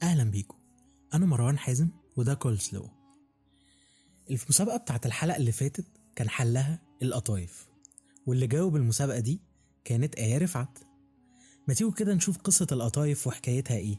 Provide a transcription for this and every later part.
أهلا بيكم. أنا مروان حازم وده كول سلو. المسابقة بتاعت الحلقة اللي فاتت كان حلها القطايف، واللي جاوب المسابقة دي كانت آية رفعت. ما تيجوا كده نشوف قصة القطايف وحكايتها إيه.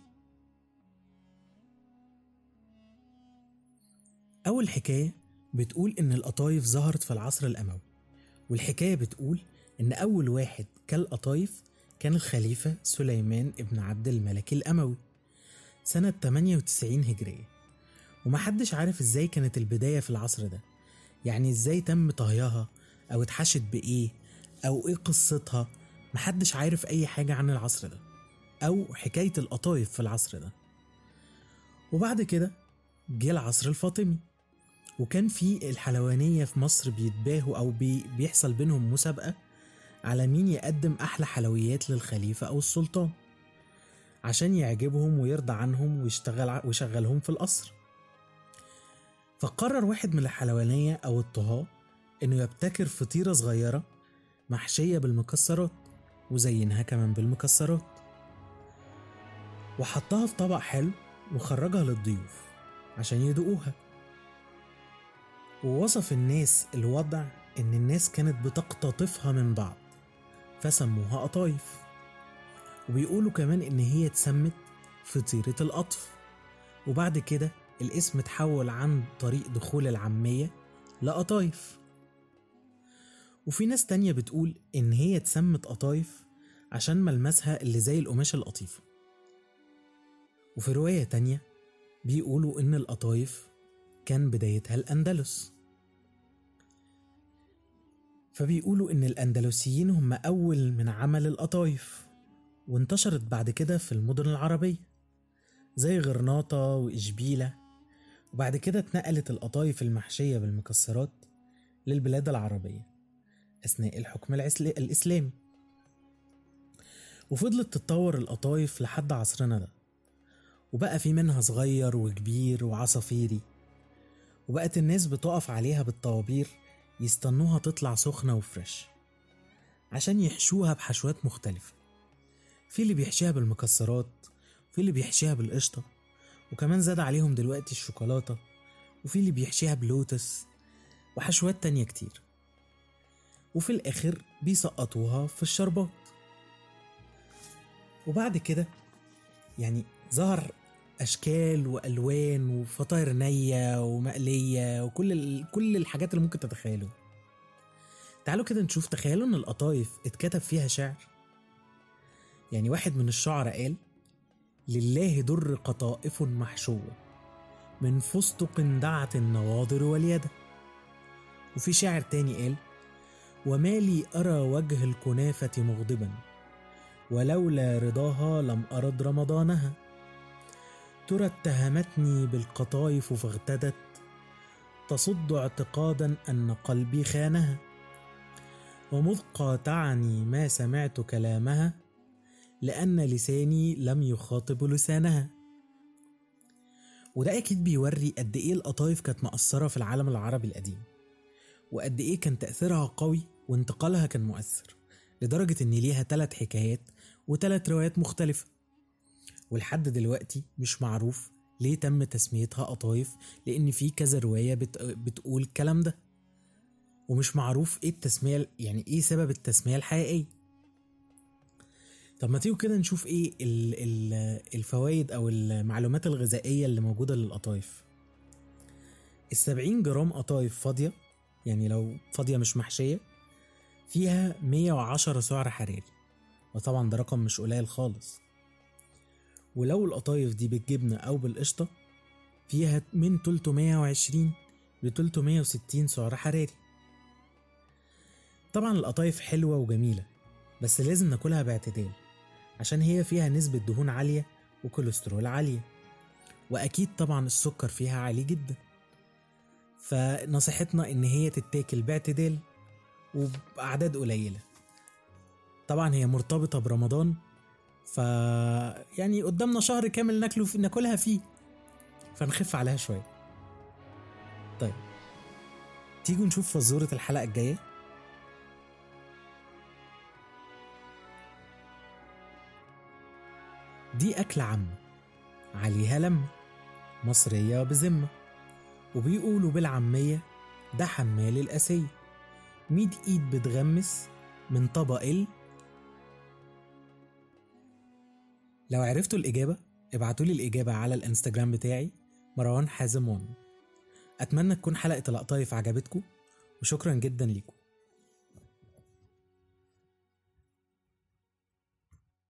أول حكاية بتقول إن القطايف ظهرت في العصر الأموي، والحكاية بتقول إن أول واحد كل قطايف كان الخليفة سليمان ابن عبد الملك الأموي سنة 98 هجرية. ومحدش عارف إزاي كانت البداية في العصر ده، يعني إزاي تم طهيها أو اتحشت بإيه أو إيه قصتها. محدش عارف أي حاجة عن العصر ده أو حكاية القطايف في العصر ده. وبعد كده جه العصر الفاطمي، وكان في الحلوانية في مصر بيتباهوا أو بيحصل بينهم مسابقة على مين يقدم أحلى حلويات للخليفة أو السلطان عشان يعجبهم ويرضى عنهم ويشغلهم في القصر. فقرر واحد من الحلوانية أو الطهاة إنه يبتكر فطيرة صغيرة محشية بالمكسرات وزينها كمان بالمكسرات، وحطها في طبق حلو وخرجها للضيوف عشان يدوقوها. ووصف الناس الوضع إن الناس كانت بتقتطفها من بعض فسموها قطايف، وبيقولوا كمان إن هي اتسمت فطيرة القطف. وبعد كده الاسم اتحول عن طريق دخول العامية لقطايف. وفي ناس تانية بتقول إن هي اتسمت قطايف عشان ملمسها اللي زي القماش القطيفة. وفي رواية تانية بيقولوا إن القطايف كان بدايتها الأندلس، فبيقولوا إن الأندلسيين هم أول من عمل القطايف، وانتشرت بعد كده في المدن العربية زي غرناطة وإشبيلة. وبعد كده اتنقلت القطايف المحشية بالمكسرات للبلاد العربية أثناء الحكم الإسلامي، وفضلت تتطور القطايف لحد عصرنا ده، وبقى في منها صغير وكبير وعصافيري. وبقت الناس بتقف عليها بالطوابير يستنوها تطلع سخنة وفريش عشان يحشوها بحشوات مختلفة. في اللي بيحشيها بالمكسرات، وفي اللي بيحشيها بالقشطة، وكمان زاد عليهم دلوقتي الشوكولاتة، وفي اللي بيحشيها بلوتس وحشوات تانية كتير. وفي الآخر بيسقطوها في الشربات. وبعد كده يعني ظهر أشكال وألوان وفطاير نية ومقلية وكل الحاجات اللي ممكن تتخيلوا. تعالوا كده نشوف. تخيلوا إن القطايف اتكتب فيها شعر. يعني واحد من الشعراء قال: لله در قطائف محشوة من فستق دعت النواظر واليد. وفي شاعر تاني قال: وما لي أرى وجه الكنافة مغضبا ولولا رضاها لم أرد رمضانها. ترى اتهمتني بالقطايف فاغتدت تصد اعتقادا أن قلبي خانها. ومذ قاطعني ما سمعت كلامها لأن لساني لم يخاطب لسانها. وده أكيد بيوري قد إيه القطايف كانت مؤثرة في العالم العربي القديم، وقد إيه كان تأثيرها قوي وانتقالها كان مؤثر، لدرجة إن ليها 3 حكايات و3 روايات مختلفة. ولحد دلوقتي مش معروف ليه تم تسميتها قطايف، لأن في كذا رواية بتقول الكلام ده، ومش معروف إيه التسمية، يعني إيه سبب التسمية الحقيقية. طب ما تيجوا كده نشوف إيه الفوائد أو المعلومات الغذائية اللي موجودة للقطايف. 70 جرام قطايف فاضية، يعني لو فاضية مش محشية، فيها 110 سعر حراري، وطبعا ده رقم مش قليل خالص. ولو القطايف دي بالجبنة أو بالقشطة فيها من 320 ل 360 سعر حراري. طبعا القطايف حلوة وجميلة، بس لازم ناكلها باعتدال عشان هي فيها نسبة دهون عالية وكوليسترول عالية، وأكيد طبعا السكر فيها عالي جدا. فنصيحتنا إن هي تتاكل باعتدال وبأعداد قليلة. طبعا هي مرتبطة برمضان، يعني قدامنا شهر كامل ناكلها فيه، فنخف عليها شوية. طيب تيجوا نشوف فزورة الحلقة الجاية. دي أكلة عامة عليها لمة، مصرية بذمة، وبيقولوا بالعامية ده حمال القاسية، 100 ايد بتغمس من طبق لو عرفتوا الإجابة ابعتولي الإجابة على الانستجرام بتاعي مروان حازم 1. أتمنى تكون حلقة القطايف عجبتكم، وشكرا جدا ليكم.